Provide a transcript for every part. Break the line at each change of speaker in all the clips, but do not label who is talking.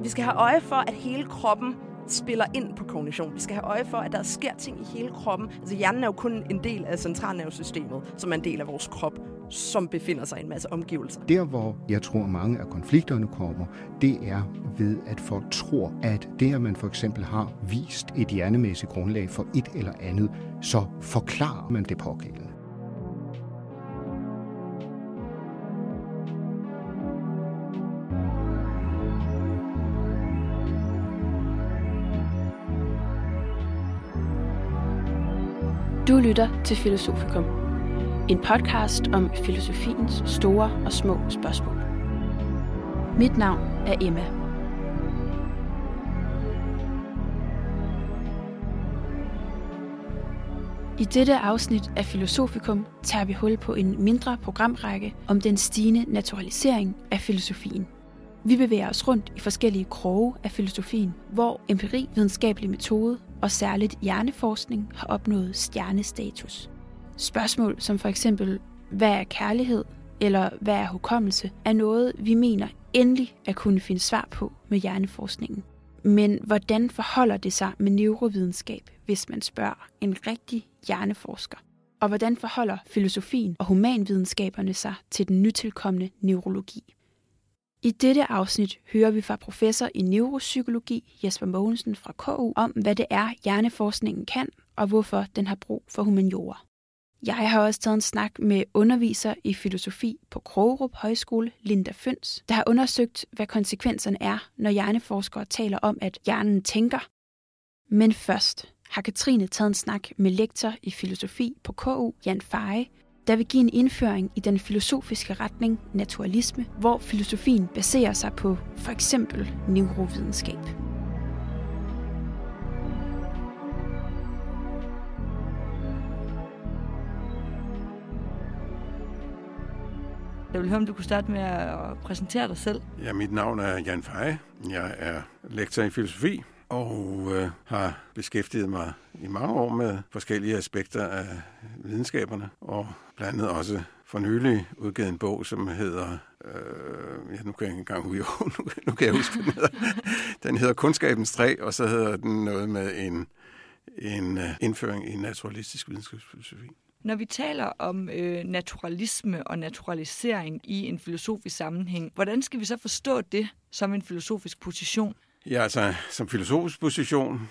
Vi skal have øje for, at hele kroppen spiller ind på kognition. Vi skal have øje for, at der sker ting i hele kroppen. Altså hjernen er jo kun en del af centralnervesystemet, som er en del af vores krop, som befinder sig i en masse omgivelser.
Der, hvor jeg tror, mange af konflikterne kommer, det er ved, at folk tror, at det, at man for eksempel har vist et hjernemæssigt grundlag for et eller andet, så forklarer man det pågældende.
Du lytter til Filosofikum, en podcast om filosofiens store og små spørgsmål. Mit navn er Emma. I dette afsnit af Filosofikum tager vi hul på en mindre programrække om den stigende naturalisering af filosofien. Vi bevæger os rundt i forskellige kroge af filosofien, hvor empiri, videnskabelig metode og særligt hjerneforskning har opnået stjernestatus. Spørgsmål som for eksempel, hvad er kærlighed eller hvad er hukommelse, er noget, vi mener endelig at kunne finde svar på med hjerneforskningen. Men hvordan forholder det sig med neurovidenskab, hvis man spørger en rigtig hjerneforsker? Og hvordan forholder filosofien og humanvidenskaberne sig til den nytilkommende neurologi? I dette afsnit hører vi fra professor i neuropsykologi Jesper Mogensen fra KU om, hvad det er, hjerneforskningen kan, og hvorfor den har brug for humaniora. Jeg har også taget en snak med underviser i filosofi på Krogerup Højskole, Linda Føns, der har undersøgt, hvad konsekvenserne er, når hjerneforskere taler om, at hjernen tænker. Men først har Katrine taget en snak med lektor i filosofi på KU, Jan Feje, der vil give en indføring i den filosofiske retning naturalisme, hvor filosofien baserer sig på for eksempel neurovidenskab.
Jeg vil høre, om du kunne starte med at præsentere dig selv.
Ja, mit navn er Jan Feje. Jeg er lektor i filosofi og har beskæftiget mig i mange år med forskellige aspekter af videnskaberne, og blandt andet også for nylig udgivet en bog, som hedder, nu kan jeg ikke engang nu kan jeg huske, den hedder Kundskabens træ, og så hedder den noget med en indføring i naturalistisk videnskabsfilosofi.
Når vi taler om naturalisme og naturalisering i en filosofisk sammenhæng, hvordan skal vi så forstå det som en filosofisk position?
Ja, altså som filosofisk position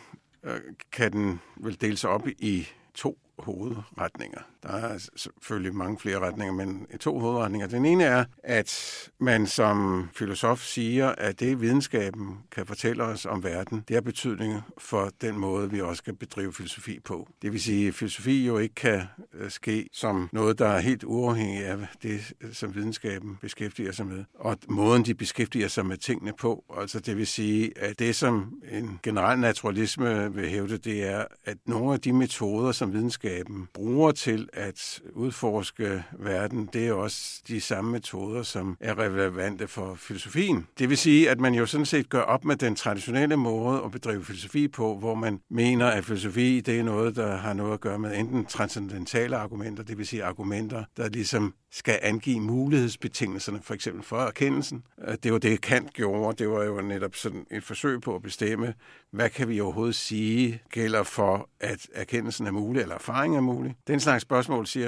kan den vel dele sig op i to hovedretninger. Der er selvfølgelig mange flere retninger, men to hovedretninger. Den ene er, at man som filosof siger, at det videnskaben kan fortælle os om verden, det har betydning for den måde, vi også kan bedrive filosofi på. Det vil sige, at filosofi jo ikke kan ske som noget, der er helt uafhængigt af det, som videnskaben beskæftiger sig med. Og måden, de beskæftiger sig med tingene på. Altså det vil sige, at det, som en generel naturalisme vil hævde, det er, at nogle af de metoder, som videnskaben bruger til at udforske verden, det er også de samme metoder, som er relevante for filosofien. Det vil sige, at man jo sådan set gør op med den traditionelle måde at bedrive filosofi på, hvor man mener, at filosofi det er noget, der har noget at gøre med enten transcendentale argumenter, det vil sige argumenter, der ligesom skal angive mulighedsbetingelserne, for eksempel for erkendelsen. Det var det, Kant gjorde. Det var jo netop sådan et forsøg på at bestemme, hvad kan vi overhovedet sige gælder for, at erkendelsen er mulig, eller erfaring er mulig. Den slags spørgsmål, siger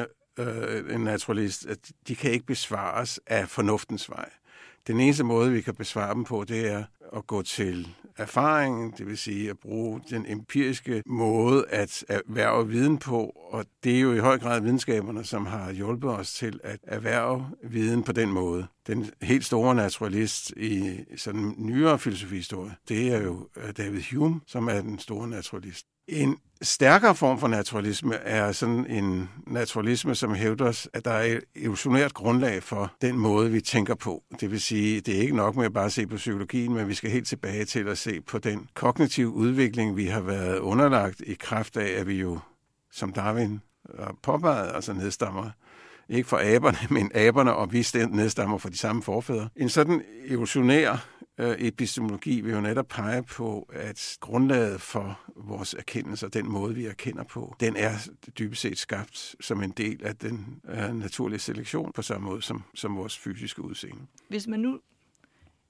en naturalist, at de kan ikke besvares af fornuftens vej. Den eneste måde, vi kan besvare dem på, det er at gå til erfaringen, det vil sige at bruge den empiriske måde at erhverve viden på, og det er jo i høj grad videnskaberne, som har hjulpet os til at erhverve viden på den måde. Den helt store naturalist i sådan nyere filosofihistorie, det er jo David Hume, som er den store naturalist. En stærkere form for naturalisme er sådan en naturalisme, som hævder, at der er et evolutionært grundlag for den måde, vi tænker på. Det vil sige, det er ikke nok med at bare se på psykologien, men vi skal helt tilbage til at se på den kognitive udvikling, vi har været underlagt i kraft af, at vi jo, som Darwin har påpeget, altså nedstammer ikke fra aberne, men aberne, og vi nedstammer fra de samme forfædre. En sådan evolutionær epistemologi vil jo netop pege på, at grundlaget for vores erkendelse og den måde, vi erkender på, den er dybest set skabt som en del af den naturlige selektion på samme måde som vores fysiske udseende.
Hvis man nu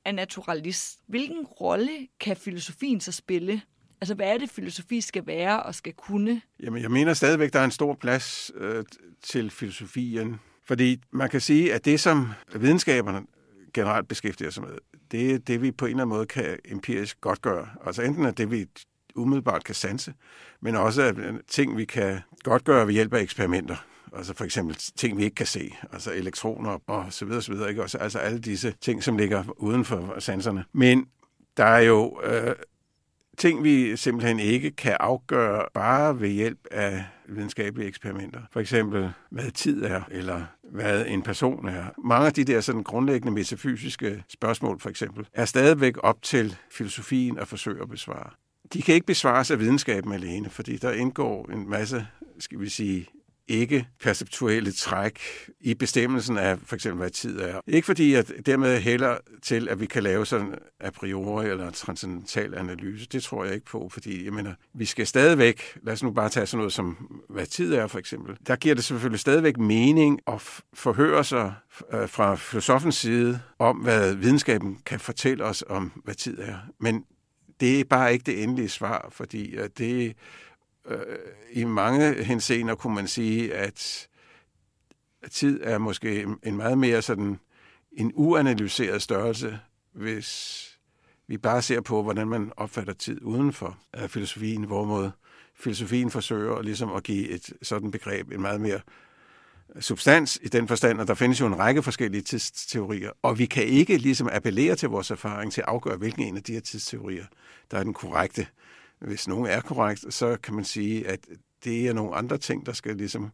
er naturalist, hvilken rolle kan filosofien så spille? Altså, hvad er det, filosofi skal være og skal kunne? Jamen,
jeg mener stadigvæk, der er en stor plads til filosofien. Fordi man kan sige, at det, som videnskaberne generelt beskæftiger sig med, det er det, vi på en eller anden måde kan empirisk godt gøre. Altså enten er det, vi umiddelbart kan sanse, men også ting, vi kan godt gøre ved hjælp af eksperimenter. Altså for eksempel ting, vi ikke kan se, altså elektroner og så videre, så videre. Ikke? Også, altså alle disse ting, som ligger uden for sanserne. Men der er jo ting, vi simpelthen ikke kan afgøre bare ved hjælp af videnskabelige eksperimenter. For eksempel, hvad tid er, eller hvad en person er. Mange af de der sådan grundlæggende metafysiske spørgsmål, for eksempel, er stadigvæk op til filosofien at forsøge at besvare. De kan ikke besvares af videnskaben alene, fordi der indgår en masse, skal vi sige, ikke perceptuelle træk i bestemmelsen af for eksempel, hvad tid er. Ikke fordi, at dermed hælder til, at vi kan lave sådan a priori eller en transcendental analyse. Det tror jeg ikke på, fordi jeg mener, vi skal stadigvæk, lad os nu bare tage sådan noget som, hvad tid er for eksempel. Der giver det selvfølgelig stadigvæk mening at forhøre sig fra filosofens side om, hvad videnskaben kan fortælle os om, hvad tid er. Men det er bare ikke det endelige svar, fordi det i mange henseender kunne man sige, at tid er måske en meget mere sådan en uanalyseret størrelse, hvis vi bare ser på, hvordan man opfatter tid uden for filosofien, hvorimod filosofien forsøger ligesom at give et sådan begreb en meget mere substans i den forstand, og der findes jo en række forskellige tidsteorier, og vi kan ikke ligesom appellere til vores erfaring til at afgøre, hvilken en af de her tidsteorier, der er den korrekte. Hvis nogen er korrekt, så kan man sige, at det er nogle andre ting, der skal ligesom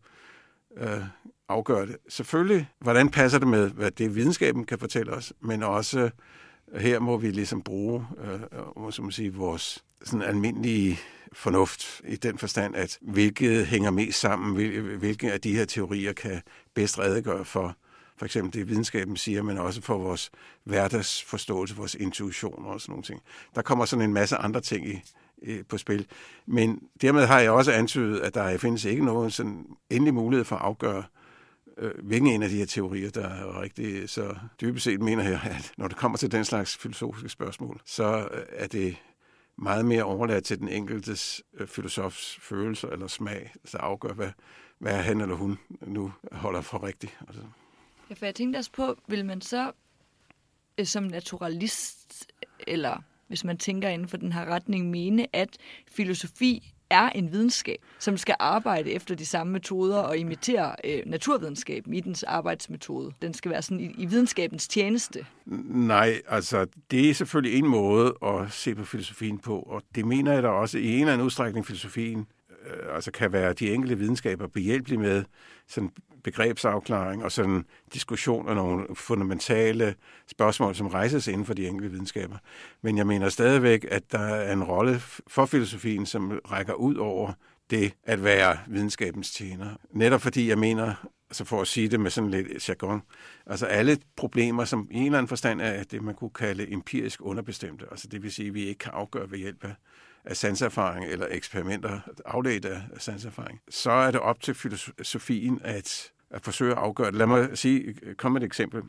afgøre det. Selvfølgelig, hvordan passer det med, hvad det videnskaben kan fortælle os, men også her må vi ligesom bruge som man sige, vores sådan almindelige fornuft i den forstand, at hvilket hænger mest sammen, hvilke af de her teorier kan bedst redegøre for eksempel det videnskaben siger, men også for vores hverdagsforståelse, vores intuition og sådan nogle ting. Der kommer sådan en masse andre ting på spil. Men dermed har jeg også antydet, at der findes ikke nogen sådan endelig mulighed for at afgøre, hvilken en af de her teorier, der er rigtig. Så dybest set mener jeg, at når det kommer til den slags filosofiske spørgsmål, så er det meget mere overladt til den enkeltes filosofs følelser eller smag, der afgør, hvad han eller hun nu holder for rigtigt. Altså.
Ja, for jeg tænkte også på, vil man så som naturalist, eller hvis man tænker inden for den her retning, mene, at filosofi er en videnskab, som skal arbejde efter de samme metoder og imitere naturvidenskaben i dens arbejdsmetode. Den skal være sådan i videnskabens tjeneste.
Nej, altså det er selvfølgelig en måde at se på filosofien på, og det mener jeg da også i en eller anden udstrækning filosofien altså kan være de enkelte videnskaber behjælpelige med sådan begrebsafklaring og sådan diskussion af nogle fundamentale spørgsmål, som rejses inden for de enkelte videnskaber. Men jeg mener stadigvæk, at der er en rolle for filosofien, som rækker ud over det at være videnskabens tjener. Netop fordi jeg mener, altså for at sige det med sådan lidt jargon, altså alle problemer, som i en eller anden forstand er det, man kunne kalde empirisk underbestemte, altså det vil sige, at vi ikke kan afgøre ved hjælp af sanserfaring eller eksperimenter afledt af sanserfaring, så er det op til filosofien at forsøge at afgøre det. Lad mig komme med et eksempel.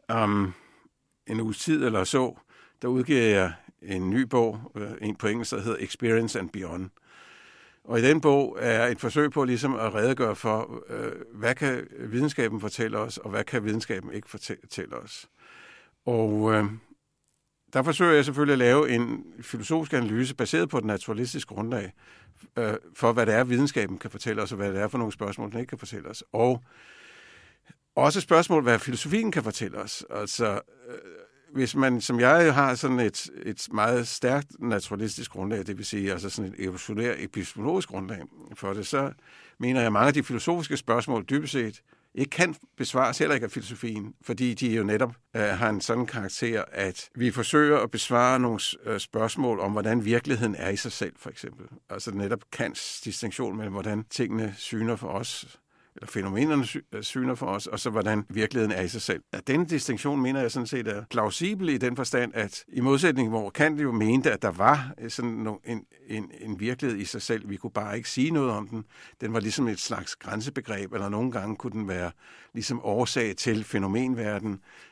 En uges tid eller så, der udgiver jeg en ny bog, en på engelsk, der hedder Experience and Beyond. Og i den bog er et forsøg på ligesom at redegøre for, hvad kan videnskaben fortælle os, og hvad kan videnskaben ikke fortælle os. Og der forsøger jeg selvfølgelig at lave en filosofisk analyse baseret på et naturalistisk grundlag for, hvad det er, videnskaben kan fortælle os, og hvad det er for nogle spørgsmål, den ikke kan fortælle os. Og også spørgsmål, hvad filosofien kan fortælle os. Altså, hvis man, som jeg har sådan et meget stærkt naturalistisk grundlag, det vil sige altså sådan et evolutionært epistemologisk grundlag for det, så mener jeg, at mange af de filosofiske spørgsmål dybest set ikke kan besvares heller ikke af filosofien, fordi de jo netop har en sådan karakter, at vi forsøger at besvare nogle spørgsmål om, hvordan virkeligheden er i sig selv, for eksempel. Altså netop Kants distinktion mellem, hvordan tingene syner for os, eller fænomenerne syner for os, og så hvordan virkeligheden er i sig selv. At denne distinktion, mener jeg sådan set, er plausibel i den forstand, at i modsætning, hvor Kant jo mente, at der var sådan en virkelighed i sig selv, vi kunne bare ikke sige noget om den. Den var ligesom et slags grænsebegreb, eller nogle gange kunne den være ligesom årsag til fænomenverden,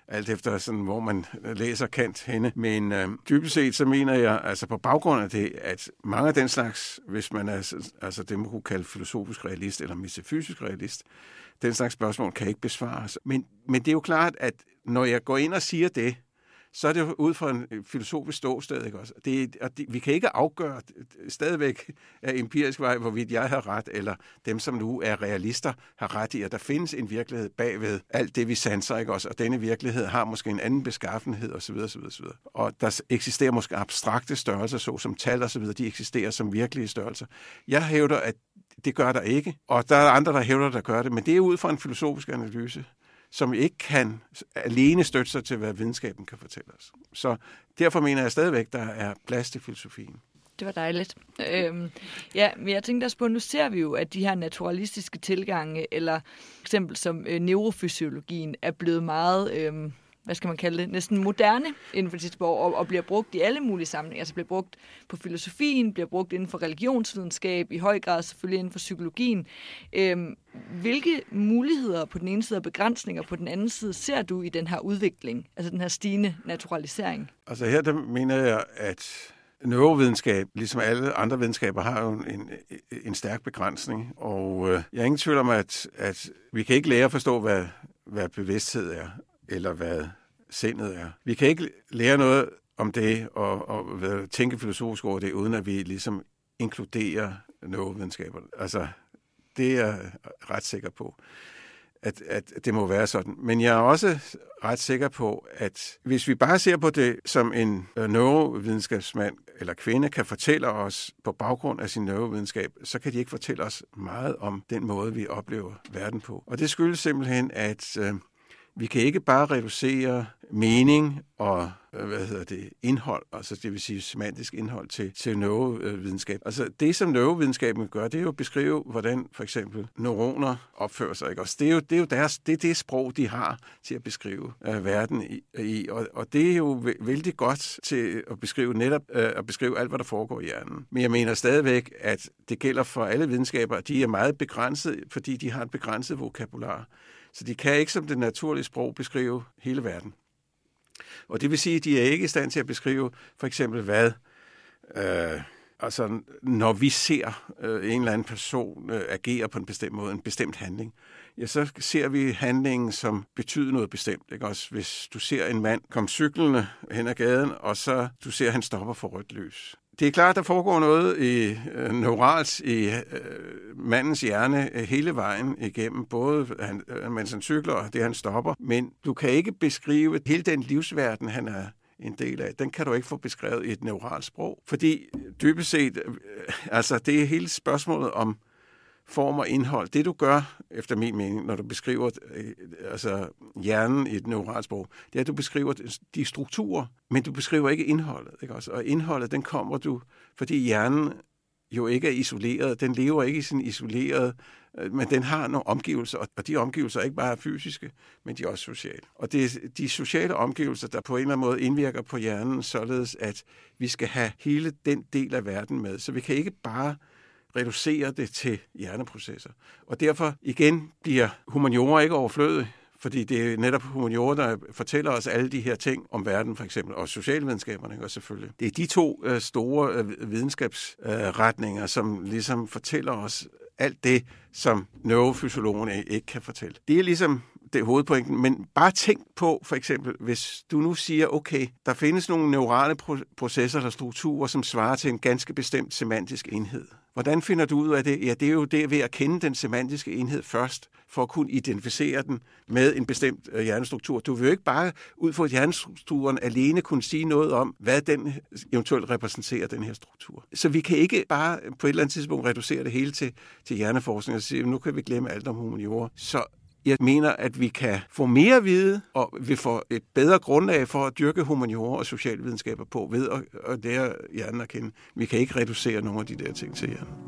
alt efter sådan, hvor man læser Kant henne. Men dybest set, så mener jeg, altså på baggrund af det, at mange af den slags, hvis man er altså det, man kunne kalde filosofisk realist eller metafysisk realist, den slags spørgsmål kan ikke besvares. Men det er jo klart, at når jeg går ind og siger det, så er det jo ud fra en filosofisk ståsted, ikke også? Vi kan ikke afgøre stadigvæk af empirisk vej, hvorvidt jeg har ret, eller dem, som nu er realister, har ret i, at der findes en virkelighed bagved alt det, vi sanser, ikke også? Og denne virkelighed har måske en anden beskaffenhed, osv., osv., osv. Og der eksisterer måske abstrakte størrelser, såsom tal osv., de eksisterer som virkelige størrelser. Jeg hævder, at det gør der ikke, og der er andre, der hævder, der gør det, men det er ud fra en filosofisk analyse, som ikke kan alene støtte sig til, hvad videnskaben kan fortælle os. Så derfor mener jeg stadigvæk, der er plads til filosofien.
Det var dejligt. Ja, men jeg tænkte også på, nu ser vi jo, at de her naturalistiske tilgange, eller eksempel som neurofysiologien, er blevet meget, hvad skal man kalde det, næsten moderne inden for sit sprog, og bliver brugt i alle mulige sammenhænge. Altså bliver brugt på filosofien, bliver brugt inden for religionsvidenskab, i høj grad selvfølgelig inden for psykologien. Hvilke muligheder på den ene side og begrænsninger på den anden side ser du i den her udvikling, altså den her stigende naturalisering?
Altså her der mener jeg, at neurovidenskab, ligesom alle andre videnskaber, har jo en stærk begrænsning, og jeg er ingen tvivl om, at vi kan ikke lære at forstå, hvad bevidsthed er, eller hvad sindet er. Vi kan ikke lære noget om det, og tænke filosofisk over det, uden at vi ligesom inkluderer neurovidenskaber. Altså, det er jeg ret sikker på, at det må være sådan. Men jeg er også ret sikker på, at hvis vi bare ser på det, som en neurovidenskabsmand eller kvinde kan fortælle os på baggrund af sin neurovidenskab, så kan de ikke fortælle os meget om den måde, vi oplever verden på. Og det skyldes simpelthen, at vi kan ikke bare reducere mening og indhold, altså det vil sige semantisk indhold til neurovidenskab. Altså det, som neurovidenskaben gør, det er jo at beskrive, hvordan for eksempel neuroner opfører sig. Ikke? Det er jo det sprog, de har til at beskrive verden i. Og det er jo vældig godt til at beskrive netop at beskrive alt, hvad der foregår i hjernen. Men jeg mener stadigvæk, at det gælder for alle videnskaber, at de er meget begrænset, fordi de har et begrænset vokabular. Så de kan ikke som det naturlige sprog beskrive hele verden. Og det vil sige, at de er ikke i stand til at beskrive for eksempel hvad, altså når vi ser en eller anden person agere på en bestemt måde, en bestemt handling, ja, så ser vi handlingen som betyder noget bestemt. Ikke? Også hvis du ser en mand komme cyklende hen ad gaden, og så du ser, at han stopper for rødt lys. Det er klart, der foregår noget neuralt i mandens hjerne hele vejen igennem, både mens han cykler og det, han stopper. Men du kan ikke beskrive hele den livsverden, han er en del af. Den kan du ikke få beskrevet i et neuralt sprog. Fordi dybest set, altså det er hele spørgsmålet om form og indhold. Det du gør, efter min mening, når du beskriver hjernen i et neuralt sprog, det er, at du beskriver de strukturer, men du beskriver ikke indholdet. Ikke også? Og indholdet, den kommer du, fordi hjernen jo ikke er isoleret. Den lever ikke i sin isolerede, men den har nogle omgivelser, og de omgivelser er ikke bare fysiske, men de er også sociale. Og det er de sociale omgivelser, der på en eller anden måde indvirker på hjernen, således at vi skal have hele den del af verden med. Så vi kan ikke bare reducere det til hjerneprocesser. Og derfor igen bliver humaniora ikke overflødig, fordi det er netop humaniora, der fortæller os alle de her ting om verden, for eksempel, og socialvidenskaberne også selvfølgelig. Det er de to store videnskabsretninger, som ligesom fortæller os alt det, som neurofysiologerne ikke kan fortælle. Det er ligesom det hovedpointen, men bare tænk på, for eksempel, hvis du nu siger, okay, der findes nogle neurale processer eller strukturer, som svarer til en ganske bestemt semantisk enhed. Hvordan finder du ud af det? Ja, det er jo det ved at kende den semantiske enhed først, for at kunne identificere den med en bestemt hjernestruktur. Du vil jo ikke bare ud fra hjernestrukturen alene kunne sige noget om, hvad den eventuelt repræsenterer, den her struktur. Så vi kan ikke bare på et eller andet tidspunkt reducere det hele til hjerneforskning og sige, nu kan vi glemme alt om humaniora. Så jeg mener, at vi kan få mere at vide, og vi får et bedre grundlag for at dyrke humaniora og socialvidenskaber på, ved at lære hjernen at kende. Vi kan ikke reducere nogle af de der ting til hjernen.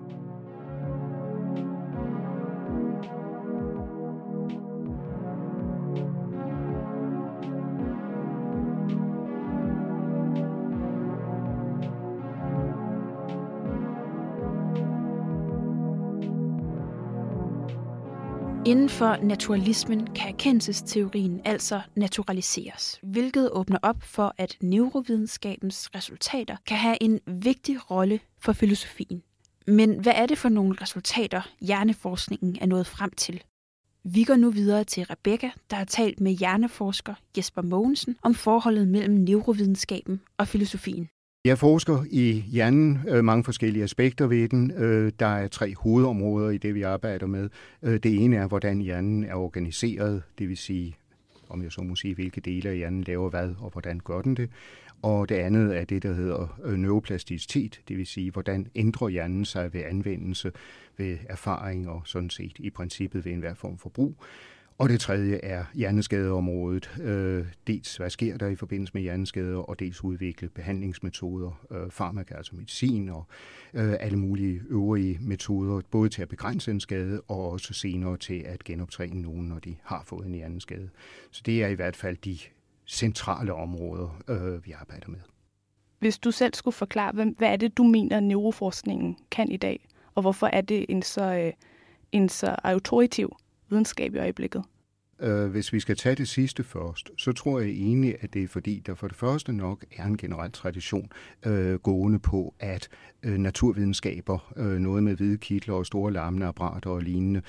Inden for naturalismen kan erkendelsesteorien altså naturaliseres, hvilket åbner op for, at neurovidenskabens resultater kan have en vigtig rolle for filosofien. Men hvad er det for nogle resultater, hjerneforskningen er nået frem til? Vi går nu videre til Rebecca, der har talt med hjerneforsker Jesper Mogensen om forholdet mellem neurovidenskaben og filosofien.
Jeg forsker i hjernen, mange forskellige aspekter ved den. Der er 3 hovedområder i det, vi arbejder med. Det ene er, hvordan hjernen er organiseret, det vil sige, om jeg så må sige, hvilke dele af hjernen laver hvad, og hvordan gør den det. Og det andet er det, der hedder neuroplasticitet, det vil sige, hvordan ændrer hjernen sig ved anvendelse, ved erfaring og sådan set i princippet ved enhver form for brug. Og det tredje er hjerneskadeområdet. Dels hvad sker der i forbindelse med hjerneskader, og dels udvikle behandlingsmetoder, farmaka, altså medicin og alle mulige øvrige metoder, både til at begrænse en skade og også senere til at genoptræne nogen, når de har fået en hjerneskade. Så det er i hvert fald de centrale områder, vi arbejder med.
Hvis du selv skulle forklare, hvad er det, du mener, neuroforskningen kan i dag, og hvorfor er det en så autoritativ videnskab i øjeblikket?
Hvis vi skal tage det sidste først, så tror jeg egentlig, at det er fordi, der for det første nok er en generel tradition gående på, at naturvidenskaber, noget med hvide kitler og store larmende apparater og lignende,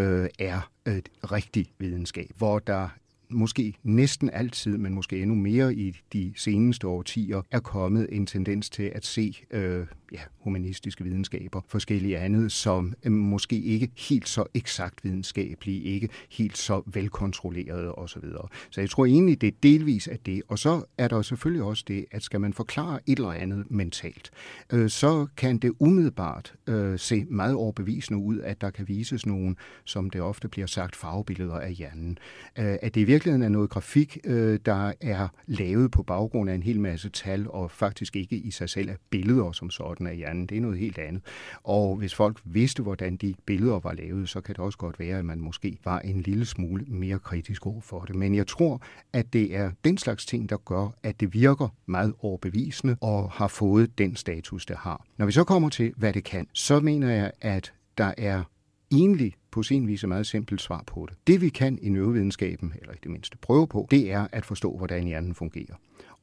er et rigtig videnskab, hvor der måske næsten altid, men måske endnu mere i de seneste årtier, er kommet en tendens til at se humanistiske videnskaber, forskellige andet, som måske ikke helt så eksakt videnskabelige, ikke helt så velkontrollerede osv. Så jeg tror egentlig, det er delvis af det. Og så er der selvfølgelig også det, at skal man forklare et eller andet mentalt, så kan det umiddelbart se meget overbevisende ud, at der kan vises nogle, som det ofte bliver sagt, farvebilleder af hjernen. At det i virkeligheden er noget grafik, der er lavet på baggrund af en hel masse tal, og faktisk ikke i sig selv er billeder som sådan af hjernen. Det er noget helt andet. Og hvis folk vidste, hvordan de billeder var lavet, så kan det også godt være, at man måske var en lille smule mere kritisk over for det. Men jeg tror, at det er den slags ting, der gør, at det virker meget overbevisende og har fået den status, det har. Når vi så kommer til, hvad det kan, så mener jeg, at der er egentlig på sin vis et meget simpelt svar på det. Det vi kan i neurovidenskaben, eller i det mindste prøve på, det er at forstå, hvordan hjernen fungerer.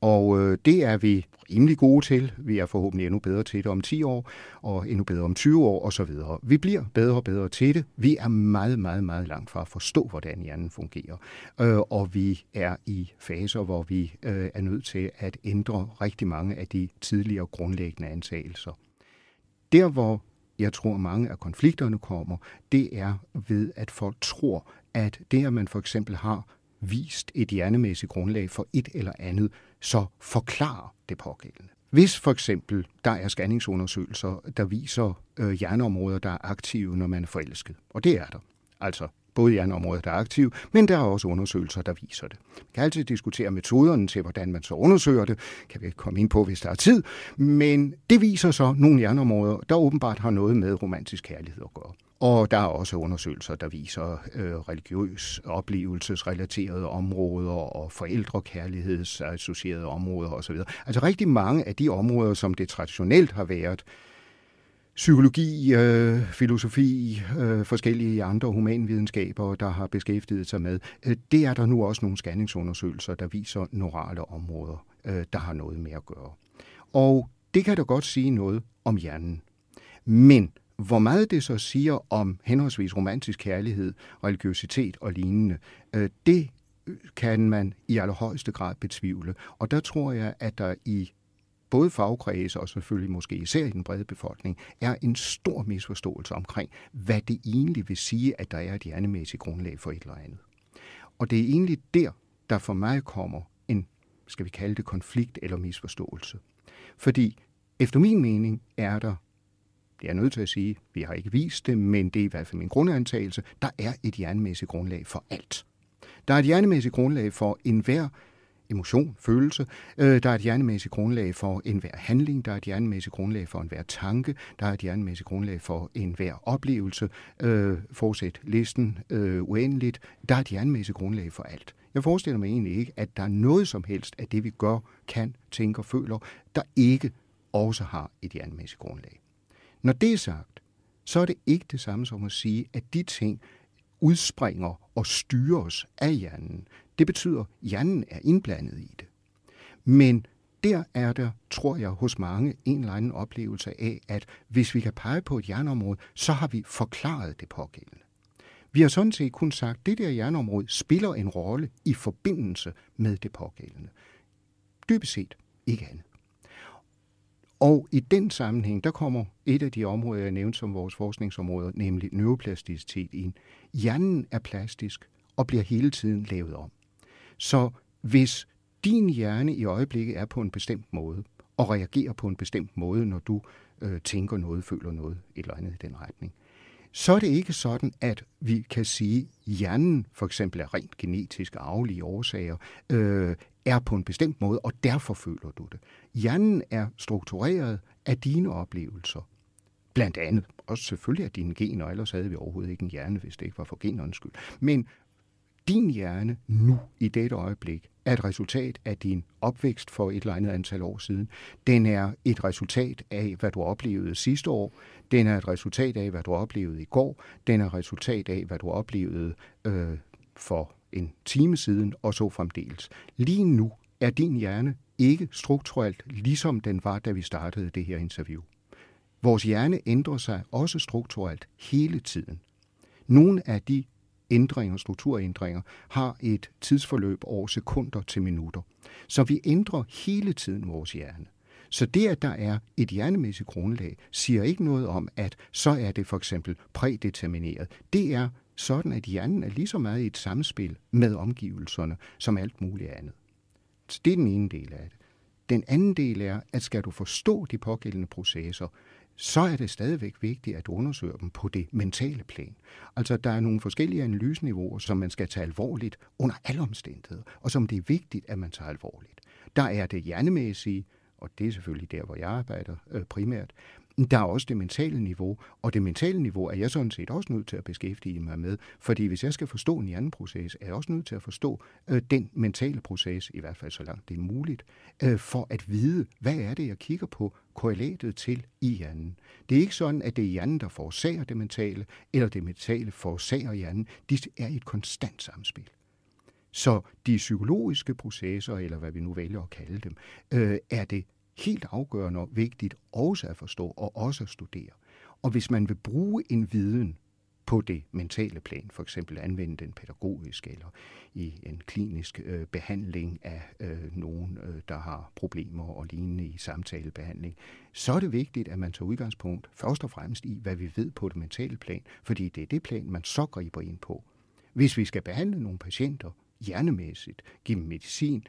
Og det er vi rimelig gode til. Vi er forhåbentlig endnu bedre til det om 10 år, og endnu bedre om 20 år osv. Vi bliver bedre og bedre til det. Vi er meget, meget, meget langt fra at forstå, hvordan hjernen fungerer. Og vi er i faser, hvor vi er nødt til at ændre rigtig mange af de tidligere grundlæggende antagelser. Der, hvor jeg tror, mange af konflikterne kommer, det er ved, at folk tror, at det, at man for eksempel har vist et hjernemæssigt grundlag for et eller andet, så forklarer det pågældende. Hvis for eksempel der er scanningsundersøgelser, der viser hjerneområder, der er aktive, når man er forelsket, og det er der, altså både hjerneområder, der er aktive, men der er også undersøgelser, der viser det. Man kan altid diskutere metoderne til, hvordan man så undersøger det, kan vi komme ind på, hvis der er tid, men det viser så nogle hjerneområder, der åbenbart har noget med romantisk kærlighed at gøre. Og der er også undersøgelser, der viser religiøs oplevelsesrelaterede områder og forældrekærlighedsassocierede områder osv. Altså rigtig mange af de områder, som det traditionelt har været, psykologi, filosofi, forskellige andre humanvidenskaber, der har beskæftiget sig med, det er der nu også nogle scanningsundersøgelser, der viser neurale områder, der har noget med at gøre. Og det kan da godt sige noget om hjernen. Men hvor meget det så siger om henholdsvis romantisk kærlighed, religiøsitet og lignende, det kan man i allerhøjeste grad betvivle. Og der tror jeg, at der i både fagkredse og selvfølgelig måske især i den brede befolkning, er en stor misforståelse omkring, hvad det egentlig vil sige, at der er et hjernemæssigt grundlag for et eller andet. Og det er egentlig der for mig kommer en, skal vi kalde det, konflikt eller misforståelse. Fordi efter min mening er der, jeg er nødt til at sige, vi har ikke vist det, men det er i hvert fald min grundantagelse, der er et hjernemæssigt grundlag for alt. Der er et hjernemæssigt grundlag for enhver emotion, følelse. Der er et hjernemæssigt grundlag for enhver handling. Der er et hjernemæssigt grundlag for enhver tanke. Der er et hjernemæssigt grundlag for enhver oplevelse. Fortsæt listen uendeligt. Der er et hjernemæssigt grundlag for alt. Jeg forestiller mig egentlig ikke, at der er noget som helst af det, vi gør, kan, tænker, føler, der ikke også har et hjernemæssigt grundlag. Når det er sagt, så er det ikke det samme som at sige, at de ting udspringer og styres af hjernen. Det betyder, at hjernen er indblandet i det. Men der er der, tror jeg, hos mange en eller anden oplevelse af, at hvis vi kan pege på et hjerneområde, så har vi forklaret det pågældende. Vi har sådan set kun sagt, at det der hjerneområde spiller en rolle i forbindelse med det pågældende. Dybest set ikke andet. Og i den sammenhæng, der kommer et af de områder, jeg nævnte som vores forskningsområder, nemlig neuroplasticitet ind. Hjernen er plastisk og bliver hele tiden lavet om. Så hvis din hjerne i øjeblikket er på en bestemt måde, og reagerer på en bestemt måde, når du tænker noget, føler noget, et eller andet i den retning, så er det ikke sådan, at vi kan sige, at hjernen for eksempel af rent genetisk arvelige årsager er på en bestemt måde, og derfor føler du det. Hjernen er struktureret af dine oplevelser. Blandt andet, også selvfølgelig af dine gener, ellers havde vi overhovedet ikke en hjerne, hvis det ikke var for genernes skyld. Men din hjerne nu, i dette øjeblik, er et resultat af din opvækst for et eller andet antal år siden. Den er et resultat af, hvad du oplevede sidste år. Den er et resultat af, hvad du oplevede i går. Den er et resultat af, hvad du oplevede for en time siden, og så fremdeles. Lige nu er din hjerne ikke strukturelt, ligesom den var, da vi startede det her interview. Vores hjerne ændrer sig også strukturelt hele tiden. Nogle af de strukturændringer, har et tidsforløb over sekunder til minutter. Så vi ændrer hele tiden vores hjerne. Så det, at der er et hjernemæssigt grundlag, siger ikke noget om, at så er det for eksempel prædetermineret. Det er sådan, at hjernen er lige så meget i et samspil med omgivelserne, som alt muligt andet. Så det er den ene del af det. Den anden del er, at skal du forstå de pågældende processer, så er det stadigvæk vigtigt at undersøge dem på det mentale plan. Altså, der er nogle forskellige analyseniveauer, som man skal tage alvorligt under alle omstændigheder, og som det er vigtigt, at man tager alvorligt. Der er det hjernemæssige, og det er selvfølgelig der, hvor jeg arbejder primært. Der er også det mentale niveau, og det mentale niveau er jeg sådan set også nødt til at beskæftige mig med, fordi hvis jeg skal forstå en hjerneproces, er jeg også nødt til at forstå den mentale proces, i hvert fald så langt det er muligt, for at vide, hvad er det, jeg kigger på korrelatet til i hjernen. Det er ikke sådan, at det er hjernen, der forårsager det mentale, eller det mentale forårsager hjernen. De er i et konstant samspil. Så de psykologiske processer, eller hvad vi nu vælger at kalde dem, er det helt afgørende og vigtigt også at forstå og også at studere. Og hvis man vil bruge en viden på det mentale plan, for eksempel anvende den pædagogisk eller i en klinisk behandling af nogen, der har problemer og lignende i samtalebehandling, så er det vigtigt, at man tager udgangspunkt først og fremmest i, hvad vi ved på det mentale plan, fordi det er det plan, man så griber ind på. Hvis vi skal behandle nogle patienter hjernemæssigt, give dem medicin,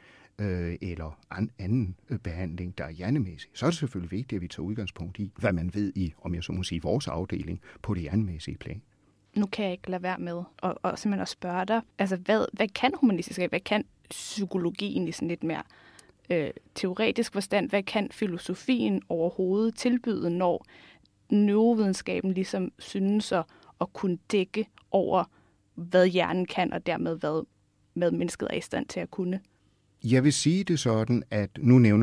eller anden behandling, der er hjernemæssig, så er det selvfølgelig vigtigt, at vi tager udgangspunkt i, hvad man ved i, om jeg så må sige, vores afdeling på det hjernemæssige plan.
Nu kan jeg ikke lade være med og simpelthen at spørge dig, altså hvad kan humanistisk, hvad kan psykologien i sådan lidt mere teoretisk forstand, hvad kan filosofien overhovedet tilbyde, når neurovidenskaben ligesom synes at kunne dække over, hvad hjernen kan, og dermed hvad mennesket er i stand til at kunne?
Jeg vil sige det sådan, at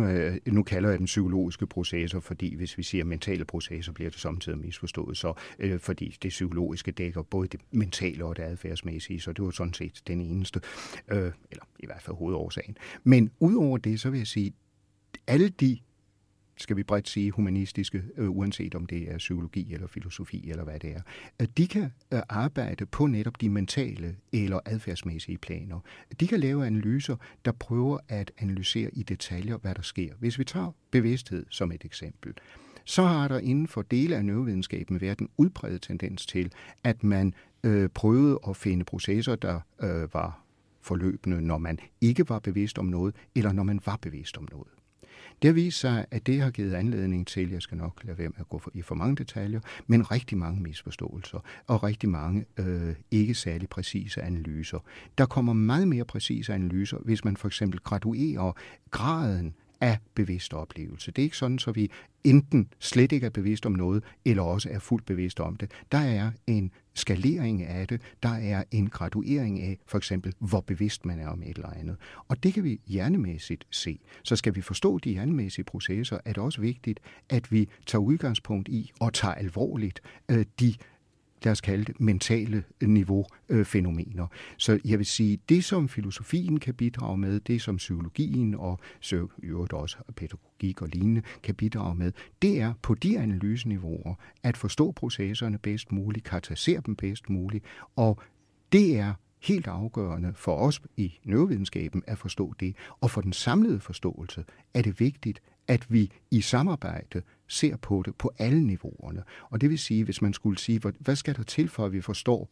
nu kalder jeg den psykologiske processer, fordi hvis vi siger mentale processer, bliver det samtidig misforstået, så fordi det psykologiske dækker både det mentale og det adfærdsmæssige, så det var sådan set den eneste, eller i hvert fald hovedårsagen. Men udover det, så vil jeg sige, alle de, skal vi bredt sige, humanistiske, uanset om det er psykologi eller filosofi eller hvad det er, at de kan arbejde på netop de mentale eller adfærdsmæssige planer. De kan lave analyser, der prøver at analysere i detaljer, hvad der sker. Hvis vi tager bevidsthed som et eksempel, så har der inden for dele af neurovidenskaben været en udbredt tendens til, at man prøvede at finde processer, der var forløbende, når man ikke var bevidst om noget, eller når man var bevidst om noget. Det har vist sig, at det har givet anledning til, jeg skal nok lade være med at gå i for mange detaljer, men rigtig mange misforståelser og rigtig mange ikke særlig præcise analyser. Der kommer meget mere præcise analyser, hvis man for eksempel graduerer graden af bevidst oplevelse. Det er ikke sådan, så vi enten slet ikke er bevidst om noget, eller også er fuldt bevidst om det. Der er en skalering af det, der er en graduering af for eksempel, hvor bevidst man er om et eller andet. Og det kan vi hjernemæssigt se. Så skal vi forstå de hjernemæssige processer, er det også vigtigt, at vi tager udgangspunkt i og tager alvorligt de lad os kalde det, mentale niveau-fænomener. Så jeg vil sige, det som filosofien kan bidrage med, det som psykologien og så i øvrigt også pædagogik og lignende kan bidrage med, det er på de analyseniveauer at forstå processerne bedst muligt, karakterisere dem bedst muligt, og det er helt afgørende for os i neurovidenskaben at forstå det. Og for den samlede forståelse er det vigtigt, at vi i samarbejde ser på det på alle niveauerne. Og det vil sige, hvis man skulle sige, hvad skal der til for, at vi forstår,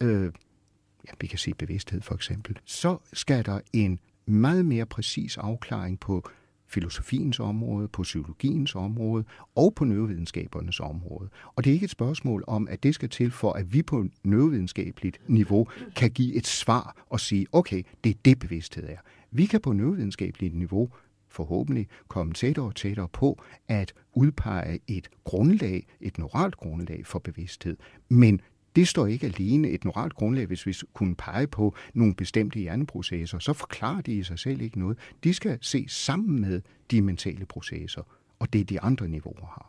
vi kan sige bevidsthed for eksempel, så skal der en meget mere præcis afklaring på filosofiens område, på psykologiens område og på neurovidenskabernes område. Og det er ikke et spørgsmål om, at det skal til for, at vi på neurovidenskabeligt niveau kan give et svar og sige, okay, det er det bevidsthed er. Vi kan på neurovidenskabeligt niveau forhåbentlig komme tættere og tættere på at udpege et grundlag, et neuralt grundlag for bevidsthed. Men det står ikke alene et neuralt grundlag, hvis vi kunne pege på nogle bestemte hjerneprocesser, så forklarer de i sig selv ikke noget. De skal se sammen med de mentale processer, og det de andre niveauer har.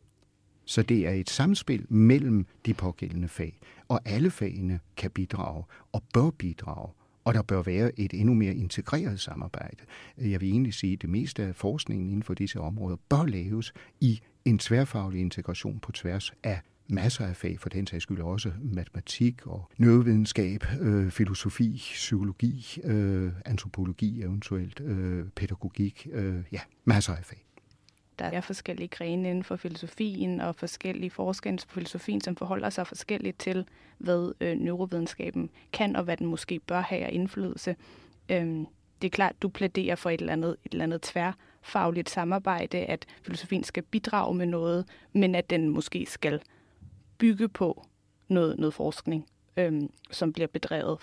Så det er et samspil mellem de pågældende fag, og alle fagene kan bidrage og bør bidrage. Og der bør være et endnu mere integreret samarbejde. Jeg vil egentlig sige, at det meste af forskningen inden for disse områder bør laves i en tværfaglig integration på tværs af masser af fag, for den sags skyld også matematik og neurovidenskab, filosofi, psykologi, antropologi eventuelt, pædagogik, masser af fag.
Der er forskellige grene inden for filosofien og forskellige forskere inden for filosofien, som forholder sig forskelligt til, hvad neurovidenskaben kan og hvad den måske bør have af indflydelse. Det er klart, du plæderer for et eller andet tværfagligt samarbejde, at filosofien skal bidrage med noget, men at den måske skal bygge på noget forskning, som bliver bedrevet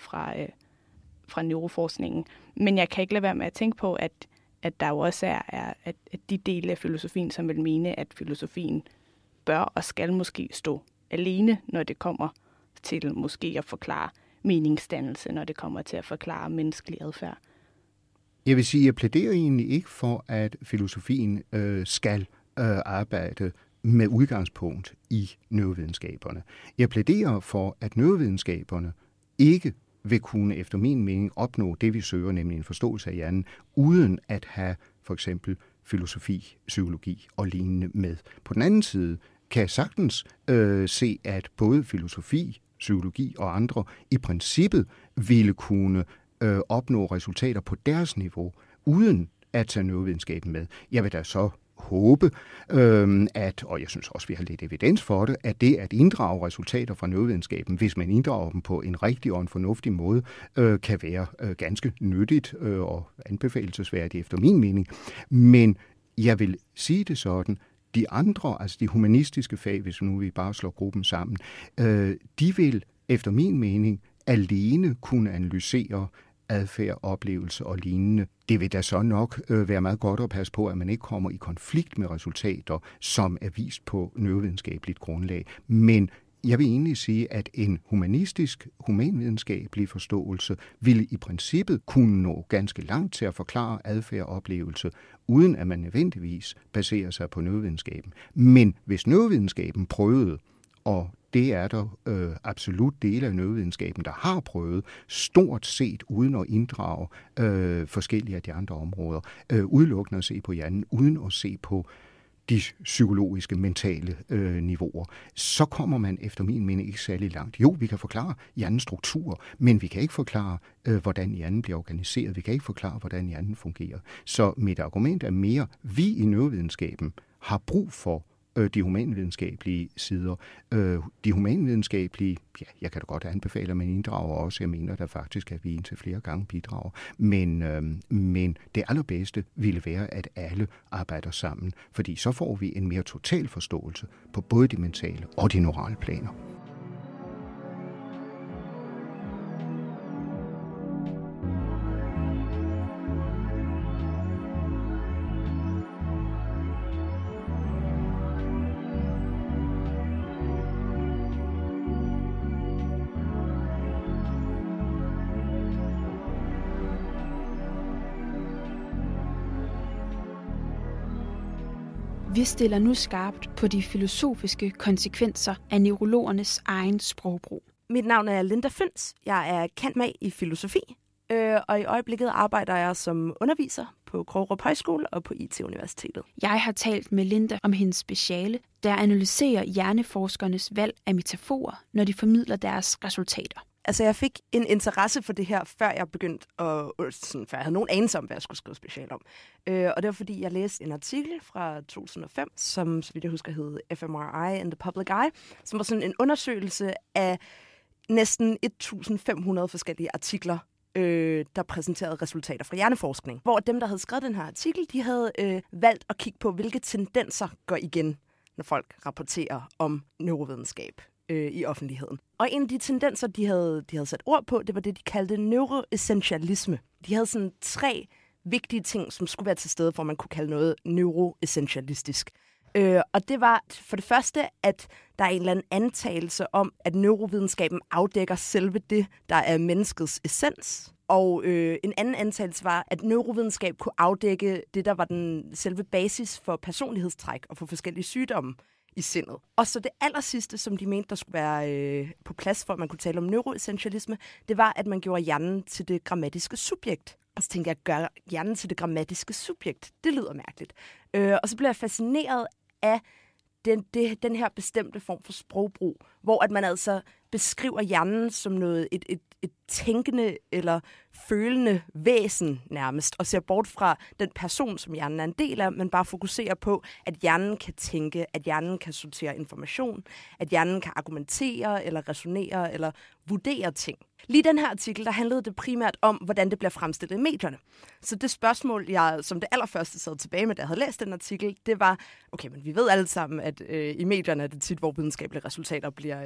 fra neuroforskningen. Men jeg kan ikke lade være med at tænke på, at der jo også er at de dele af filosofien, som vil mene, at filosofien bør og skal måske stå alene, når det kommer til måske at forklare meningsdannelse, når det kommer til at forklare menneskelig adfærd.
Jeg vil sige, at jeg plæderer egentlig ikke for, at filosofien skal arbejde med udgangspunkt i neurovidenskaberne. Jeg plæderer for, at neurovidenskaberne ikke vil kunne, efter min mening, opnå det, vi søger, nemlig en forståelse af hjernen, uden at have for eksempel filosofi, psykologi og lignende med. På den anden side kan jeg sagtens se, at både filosofi, psykologi og andre i princippet ville kunne opnå resultater på deres niveau, uden at tage neurovidenskaben med. Jeg vil da så håbe, og jeg synes også, vi har lidt evidens for det, at det at inddrage resultater fra neurovidenskaben, hvis man inddrager dem på en rigtig og en fornuftig måde, kan være ganske nyttigt og anbefalelsesværdigt efter min mening. Men jeg vil sige det sådan, de andre, altså de humanistiske fag, hvis nu vi bare slår gruppen sammen, de vil efter min mening alene kunne analysere adfærd, oplevelse og lignende. Det vil da så nok være meget godt at passe på, at man ikke kommer i konflikt med resultater, som er vist på neurovidenskabeligt grundlag. Men jeg vil egentlig sige, at en humanvidenskabelig forståelse ville i princippet kunne nå ganske langt til at forklare adfærd og oplevelse, uden at man nødvendigvis baserer sig på neurovidenskaben. Men hvis neurovidenskaben prøvede, og det er der absolut dele af neurovidenskaben, der har prøvet, stort set uden at inddrage forskellige af de andre områder, udelukkende at se på hjernen, uden at se på de psykologiske, mentale niveauer, så kommer man efter min mening ikke særlig langt. Jo, vi kan forklare hjernens struktur, men vi kan ikke forklare, hvordan hjernen bliver organiseret. Vi kan ikke forklare, hvordan hjernen fungerer. Så mit argument er mere, vi i neurovidenskaben har brug for de humanvidenskabelige sider. De humanvidenskabelige, jeg kan da godt anbefale, at man inddrager også. Jeg mener da faktisk, at vi indtil flere gange bidrager. Men det allerbedste ville være, at alle arbejder sammen, fordi så får vi en mere total forståelse på både de mentale og de neurale planer.
Vi stiller nu skarpt på de filosofiske konsekvenser af neurologernes egen sprogbrug.
Mit navn er Linda Føns. Jeg er cand.mag i filosofi, og i øjeblikket arbejder jeg som underviser på Krogerup Højskole og på IT-universitetet.
Jeg har talt med Linda om hendes speciale, der analyserer hjerneforskernes valg af metaforer, når de formidler deres resultater.
Altså, jeg fik en interesse for det her, før jeg begyndte før jeg havde nogen anelse om, hvad jeg skulle skrive special om. Og det var, fordi jeg læste en artikel fra 2005, som, så vidt jeg husker, hed fMRI and the Public Eye, som var sådan en undersøgelse af næsten 1.500 forskellige artikler, der præsenterede resultater fra hjerneforskning. Hvor dem, der havde skrevet den her artikel, de havde valgt at kigge på, hvilke tendenser går igen, når folk rapporterer om neurovidenskab i offentligheden. Og en af de tendenser, de havde sat ord på, det var det, de kaldte neuroessentialisme. De havde sådan 3 vigtige ting, som skulle være til stede, for man kunne kalde noget neuroessentialistisk. Og det var for det første, at der er en eller anden antagelse om, at neurovidenskaben afdækker selve det, der er menneskets essens. Og en anden antagelse var, at neurovidenskab kunne afdække det, der var den selve basis for personlighedstræk og for forskellige sygdomme i sindet. Og så det allersidste, som de mente, der skulle være på plads, for at man kunne tale om neuroessentialisme, det var, at man gjorde hjernen til det grammatiske subjekt. Og så tænkte jeg, at gøre hjernen til det grammatiske subjekt, det lyder mærkeligt. Og så blev jeg fascineret af den her bestemte form for sprogbrug, hvor at man altså beskriver hjernen som noget, et tænkende eller følende væsen nærmest, og ser bort fra den person, som hjernen er en del af, men bare fokuserer på, at hjernen kan tænke, at hjernen kan sortere information, at hjernen kan argumentere eller resonere eller vurdere ting. Lige den her artikel, der handlede det primært om, hvordan det bliver fremstillet i medierne. Så det spørgsmål, jeg som det allerførste sad tilbage med, da jeg havde læst den artikel, det var, okay, men vi ved alle sammen, at i medierne er det tit, hvor videnskabelige resultater bliver,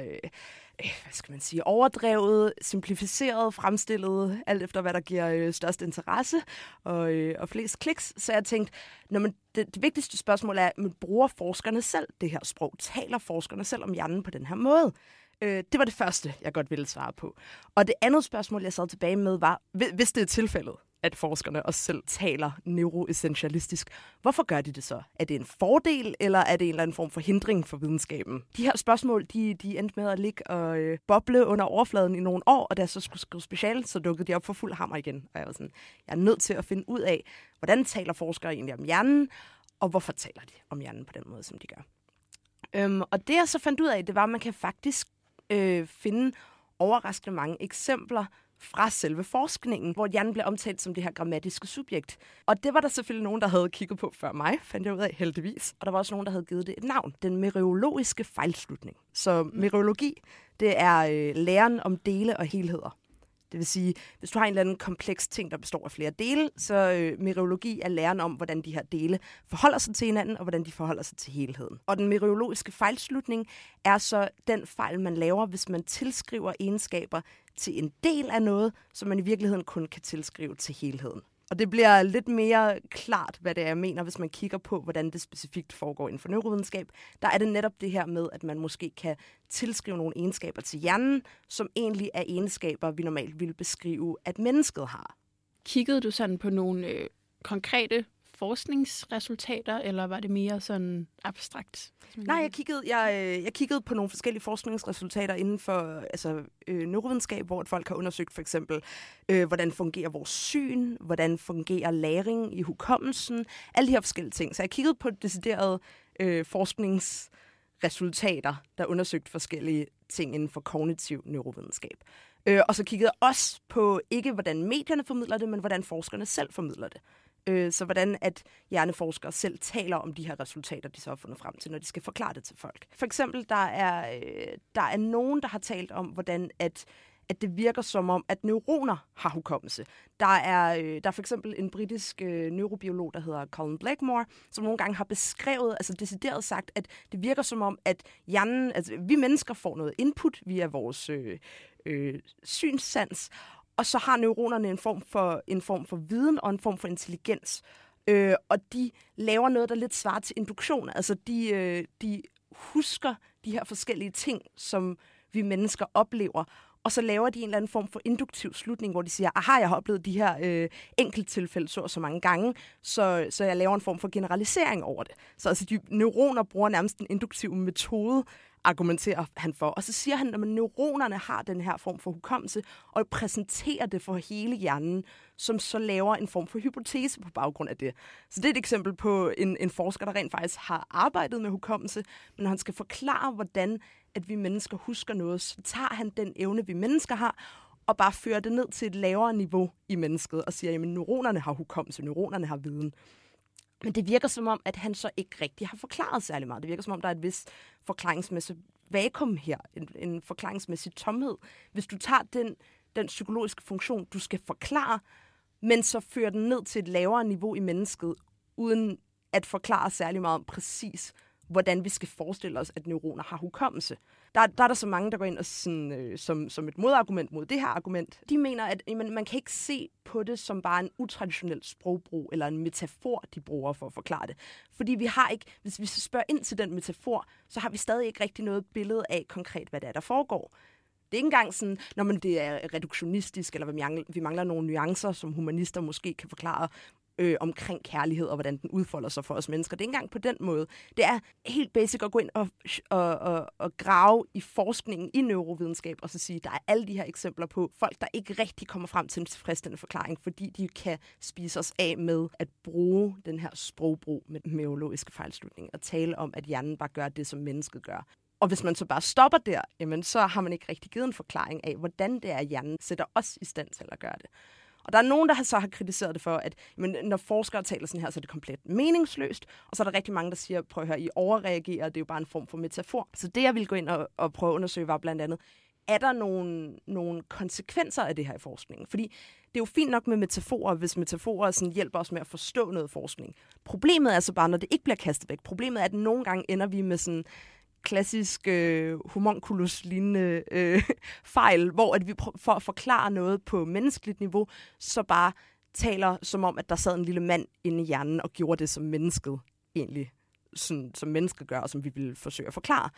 overdrevet, simplificeret, fremstillet, alt efter hvad der giver størst interesse og flest kliks. Så jeg tænkte, det vigtigste spørgsmål er, men bruger forskerne selv det her sprog? Taler forskerne selv om hjernen på den her måde? Det var det første, jeg godt ville svare på. Og det andet spørgsmål, jeg sad tilbage med, var, hvis det er tilfældet, at forskerne også selv taler neuroessentialistisk, hvorfor gør de det så? Er det en fordel, eller er det en eller anden form for hindring for videnskaben? De her spørgsmål, de endte med at ligge og boble under overfladen i nogle år, og da jeg så skulle skrive special, så dukkede de op for fuld hammer igen. Og jeg var sådan, jeg er nødt til at finde ud af, hvordan taler forskere egentlig om hjernen, og hvorfor taler de om hjernen på den måde, som de gør. Og det jeg så fandt ud af, det var, at man kan faktisk finde overraskende mange eksempler fra selve forskningen, hvor hjernen bliver omtalt som det her grammatiske subjekt. Og det var der selvfølgelig nogen, der havde kigget på før mig, fandt jeg ud af heldigvis. Og der var også nogen, der havde givet det et navn. Den mereologiske fejlslutning. Så mereologi, det er læren om dele og helheder. Det vil sige, hvis du har en eller anden kompleks ting, der består af flere dele, så mereologi er læren om, hvordan de her dele forholder sig til hinanden, og hvordan de forholder sig til helheden. Og den mereologiske fejlslutning er så den fejl, man laver, hvis man tilskriver egenskaber til en del af noget, som man i virkeligheden kun kan tilskrive til helheden. Og det bliver lidt mere klart, hvad det er, jeg mener, hvis man kigger på, hvordan det specifikt foregår inden for neurovidenskab. Der er det netop det her med, at man måske kan tilskrive nogle egenskaber til hjernen, som egentlig er egenskaber, vi normalt ville beskrive, at mennesket har.
Kiggede du sådan på nogle konkrete forskningsresultater, eller var det mere sådan abstrakt?
Nej, jeg kiggede på nogle forskellige forskningsresultater inden for neurovidenskab, hvor folk har undersøgt for eksempel, hvordan fungerer vores syn, hvordan fungerer læring i hukommelsen, alle de her forskellige ting. Så jeg kiggede på deciderede forskningsresultater, der undersøgte forskellige ting inden for kognitiv neurovidenskab. Og så kiggede jeg også på ikke, hvordan medierne formidler det, men hvordan forskerne selv formidler det. Så hvordan at hjerneforskere selv taler om de her resultater, de så har fundet frem til, når de skal forklare det til folk. For eksempel, der er nogen, der har talt om, hvordan at det virker som om, at neuroner har hukommelse. Der er for eksempel en britisk neurobiolog, der hedder Colin Blakemore, som nogle gange har beskrevet, altså decideret sagt, at det virker som om, at hjernen, altså vi mennesker får noget input via vores synssans, og så har neuronerne en form for viden og en form for intelligens. Og de laver noget, der lidt svarer til induktion. Altså de husker de her forskellige ting, som vi mennesker oplever, og så laver de en eller anden form for induktiv slutning, hvor de siger, aha, jeg har oplevet de her enkelttilfælde så mange gange, så jeg laver en form for generalisering over det. Så altså, de neuroner bruger nærmest en induktiv metode, argumenterer han for. Og så siger han, at neuronerne har den her form for hukommelse, og præsenterer det for hele hjernen, som så laver en form for hypotese på baggrund af det. Så det er et eksempel på en forsker, der rent faktisk har arbejdet med hukommelse, men når han skal forklare, hvordan at vi mennesker husker noget, så tager han den evne, vi mennesker har, og bare fører det ned til et lavere niveau i mennesket, og siger, at neuronerne har hukommelse, neuronerne har viden. Men det virker som om, at han så ikke rigtig har forklaret særlig meget. Det virker som om, der er et vis forklaringsmæssigt vakuum her, en forklaringsmæssig tomhed. Hvis du tager den psykologiske funktion, du skal forklare, men så fører den ned til et lavere niveau i mennesket, uden at forklare særlig meget om præcis, hvordan vi skal forestille os, at neuroner har hukommelse. Der er der så mange, der går ind og sådan, som et modargument mod det her argument. De mener, at man kan ikke se på det som bare en utraditionel sprogbrug eller en metafor, de bruger for at forklare det. Fordi vi har ikke, hvis vi spørger ind til den metafor, så har vi stadig ikke rigtig noget billede af konkret, hvad det er, der foregår. Det er ikke engang sådan, når det er reduktionistisk, eller vi mangler nogle nuancer, som humanister måske kan forklare omkring kærlighed, og hvordan den udfolder sig for os mennesker. Det er ikke engang på den måde. Det er helt basic at gå ind og grave i forskningen i neurovidenskab, og så sige, at der er alle de her eksempler på folk, der ikke rigtig kommer frem til en tilfredsstillende forklaring, fordi de kan spise os af med at bruge den her sprogbrug med neurologiske fejlslutninger, og tale om, at hjernen bare gør det, som mennesket gør. Og hvis man så bare stopper der, jamen, så har man ikke rigtig givet en forklaring af, hvordan det er, at hjernen sætter os i stand til at gøre det. Og der er nogen, der så har kritiseret det for, at når forskere taler sådan her, så er det komplet meningsløst. Og så er der rigtig mange, der siger, prøv at høre, I overreagerer, det er jo bare en form for metafor. Så det, jeg ville gå ind og prøve at undersøge, var blandt andet, er der nogle konsekvenser af det her i forskningen? Fordi det er jo fint nok med metaforer, hvis metaforer sådan hjælper os med at forstå noget forskning. Problemet er så bare, når det ikke bliver kastet væk. Problemet er, at nogle gange ender vi med sådan klassisk homunculus-lignende fejl, hvor at vi for at forklare noget på menneskeligt niveau, så bare taler som om, at der sad en lille mand inde i hjernen og gjorde det, som mennesket egentlig, sådan, som mennesket gør, og som vi vil forsøge at forklare.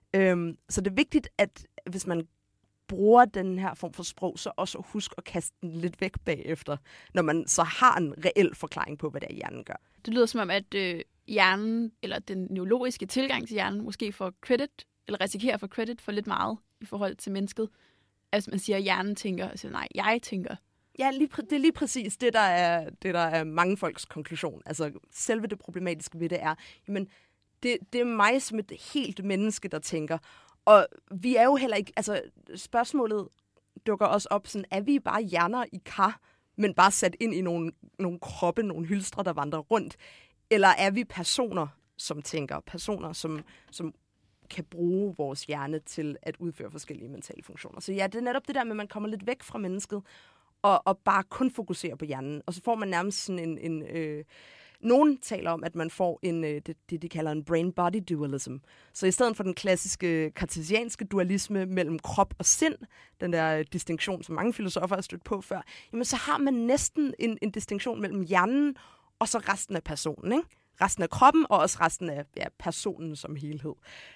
Så det er vigtigt, at hvis man bruger den her form for sprog, så også husk at kaste den lidt væk bagefter, når man så har en reel forklaring på, hvad det er, hjernen gør.
Det lyder som om, at hjernen, eller den neurologiske tilgang til hjernen, måske får credit, eller risikerer at få credit for lidt meget i forhold til mennesket. Altså man siger, at hjernen tænker, og siger, nej, jeg tænker.
Ja, det er lige præcis det, der er mange folks konklusion. Altså selve det problematiske ved det er, jamen, det er mig som et helt menneske, der tænker. Og vi er jo heller ikke, altså spørgsmålet dukker også op sådan, er vi bare hjerner i kar, men bare sat ind i nogle kroppe, nogle hylstre, der vandrer rundt? Eller er vi personer, som tænker, personer, som kan bruge vores hjerne til at udføre forskellige mentale funktioner? Så ja, det er netop det der med, at man kommer lidt væk fra mennesket, og bare kun fokuserer på hjernen. Og så får man nærmest sådan nogen taler om, at man får det, de kalder en brain-body dualism. Så i stedet for den klassiske kartesianske dualisme mellem krop og sind, den der distinktion, som mange filosofer har stødt på før, jamen så har man næsten en distinktion mellem hjernen og så resten af personen, ikke? Resten af kroppen, og også resten af personen som helhed.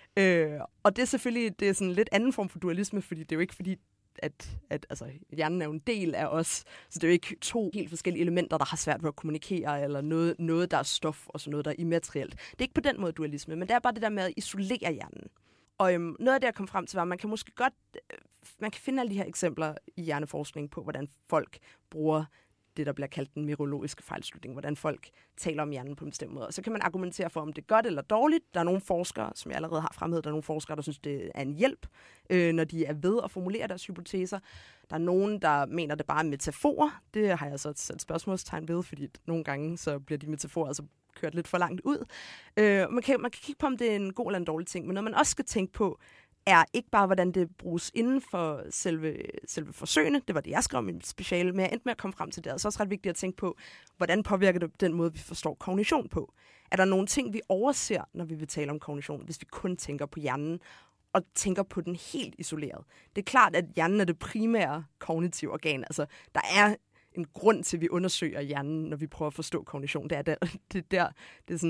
Og det er selvfølgelig det er sådan en lidt anden form for dualisme, fordi det er jo ikke fordi, at altså, hjernen er jo en del af os, så det er jo ikke to helt forskellige elementer, der har svært ved at kommunikere, eller noget der er stof, og så noget, der er immaterielt. Det er ikke på den måde dualisme, men det er bare det der med at isolere hjernen. Og noget af det, jeg kom frem til, var, at man kan måske godt man kan finde alle de her eksempler i hjerneforskning på, hvordan folk bruger det, der bliver kaldt den neurologiske fejlslutning, hvordan folk taler om hjernen på en bestemt måde. Og så kan man argumentere for, om det er godt eller dårligt. Der er nogle forskere, som jeg allerede har fremhævet, der er nogle forskere, der synes, det er en hjælp, når de er ved at formulere deres hypoteser. Der er nogen, der mener, det bare er metaforer. Det har jeg så sat spørgsmålstegn ved, fordi nogle gange så bliver de metaforer altså kørt lidt for langt ud. Man kan kigge på, om det er en god eller en dårlig ting, men når man også skal tænke på, er ikke bare, hvordan det bruges inden for selve forsøgene. Det var det, jeg skrev om i mit speciale, men jeg endte med at komme frem til det. Og så er det også ret vigtigt at tænke på, hvordan påvirker det den måde, vi forstår kognition på. Er der nogle ting, vi overser, når vi vil tale om kognition, hvis vi kun tænker på hjernen og tænker på den helt isoleret? Det er klart, at hjernen er det primære kognitive organ. Altså, der er en grund til, at vi undersøger hjernen, når vi prøver at forstå kognition. Det er sådan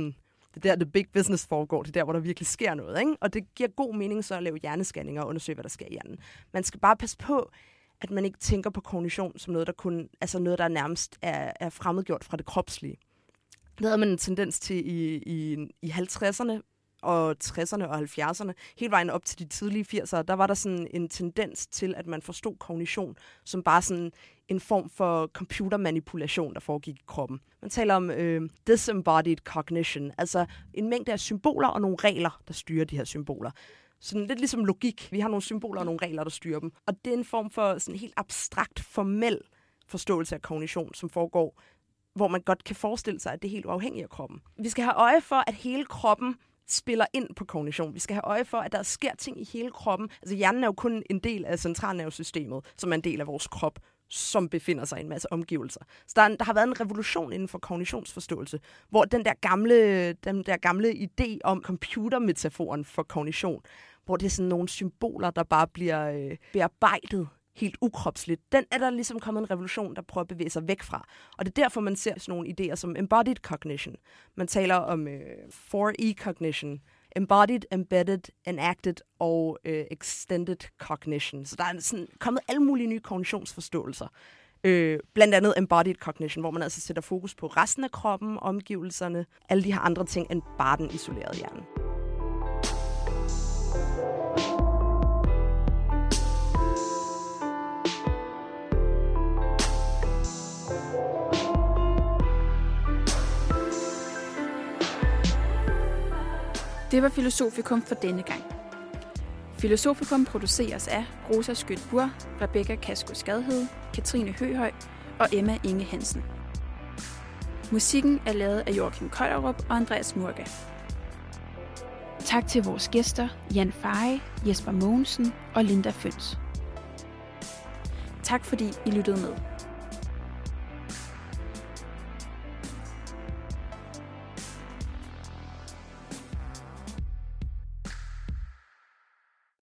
Det er der, the big business foregår. Det er der, hvor der virkelig sker noget. Ikke? Og det giver god mening så at lave hjernescanninger og undersøge, hvad der sker i hjernen. Man skal bare passe på, at man ikke tænker på kognition som noget, noget, der nærmest er fremmedgjort fra det kropslige. Det havde man en tendens til i 50'erne, og 60'erne og 70'erne, hele vejen op til de tidlige 80'ere, der var der sådan en tendens til, at man forstod kognition som bare sådan en form for computermanipulation, der foregik i kroppen. Man taler om disembodied cognition, altså en mængde af symboler og nogle regler, der styrer de her symboler. Sådan lidt ligesom logik. Vi har nogle symboler og nogle regler, der styrer dem. Og det er en form for sådan helt abstrakt, formel forståelse af kognition, som foregår, hvor man godt kan forestille sig, at det er helt uafhængigt af kroppen. Vi skal have øje for, at hele kroppen spiller ind på kognition. Vi skal have øje for, at der sker ting i hele kroppen. Altså hjernen er jo kun en del af centralnervesystemet, som er en del af vores krop, som befinder sig i en masse omgivelser. Så der har været en revolution inden for kognitionsforståelse, hvor den der gamle idé om computermetaforen for kognition, hvor det er sådan nogle symboler, der bare bliver bearbejdet helt ukropsligt, den er der ligesom kommet en revolution, der prøver at bevæge sig væk fra. Og det er derfor, man ser sådan nogle idéer som embodied cognition. Man taler om 4E cognition, embodied, embedded, enacted og extended cognition. Så der er sådan kommet alle mulige nye kognitionsforståelser. Blandt andet embodied cognition, hvor man altså sætter fokus på resten af kroppen, omgivelserne, alle de her andre ting, end bare den isolerede hjerne.
Det var Filosofikum for denne gang. Filosofikum produceres af Rosa Skødt-Bur, Rebecca Kasko-Skadhed, Katrine Høhøj og Emma Inge Hansen. Musikken er lavet af Joachim Kollerup og Andreas Murga. Tak til vores gæster Jan Feje, Jesper Mogensen og Linda Føns. Tak fordi I lyttede med.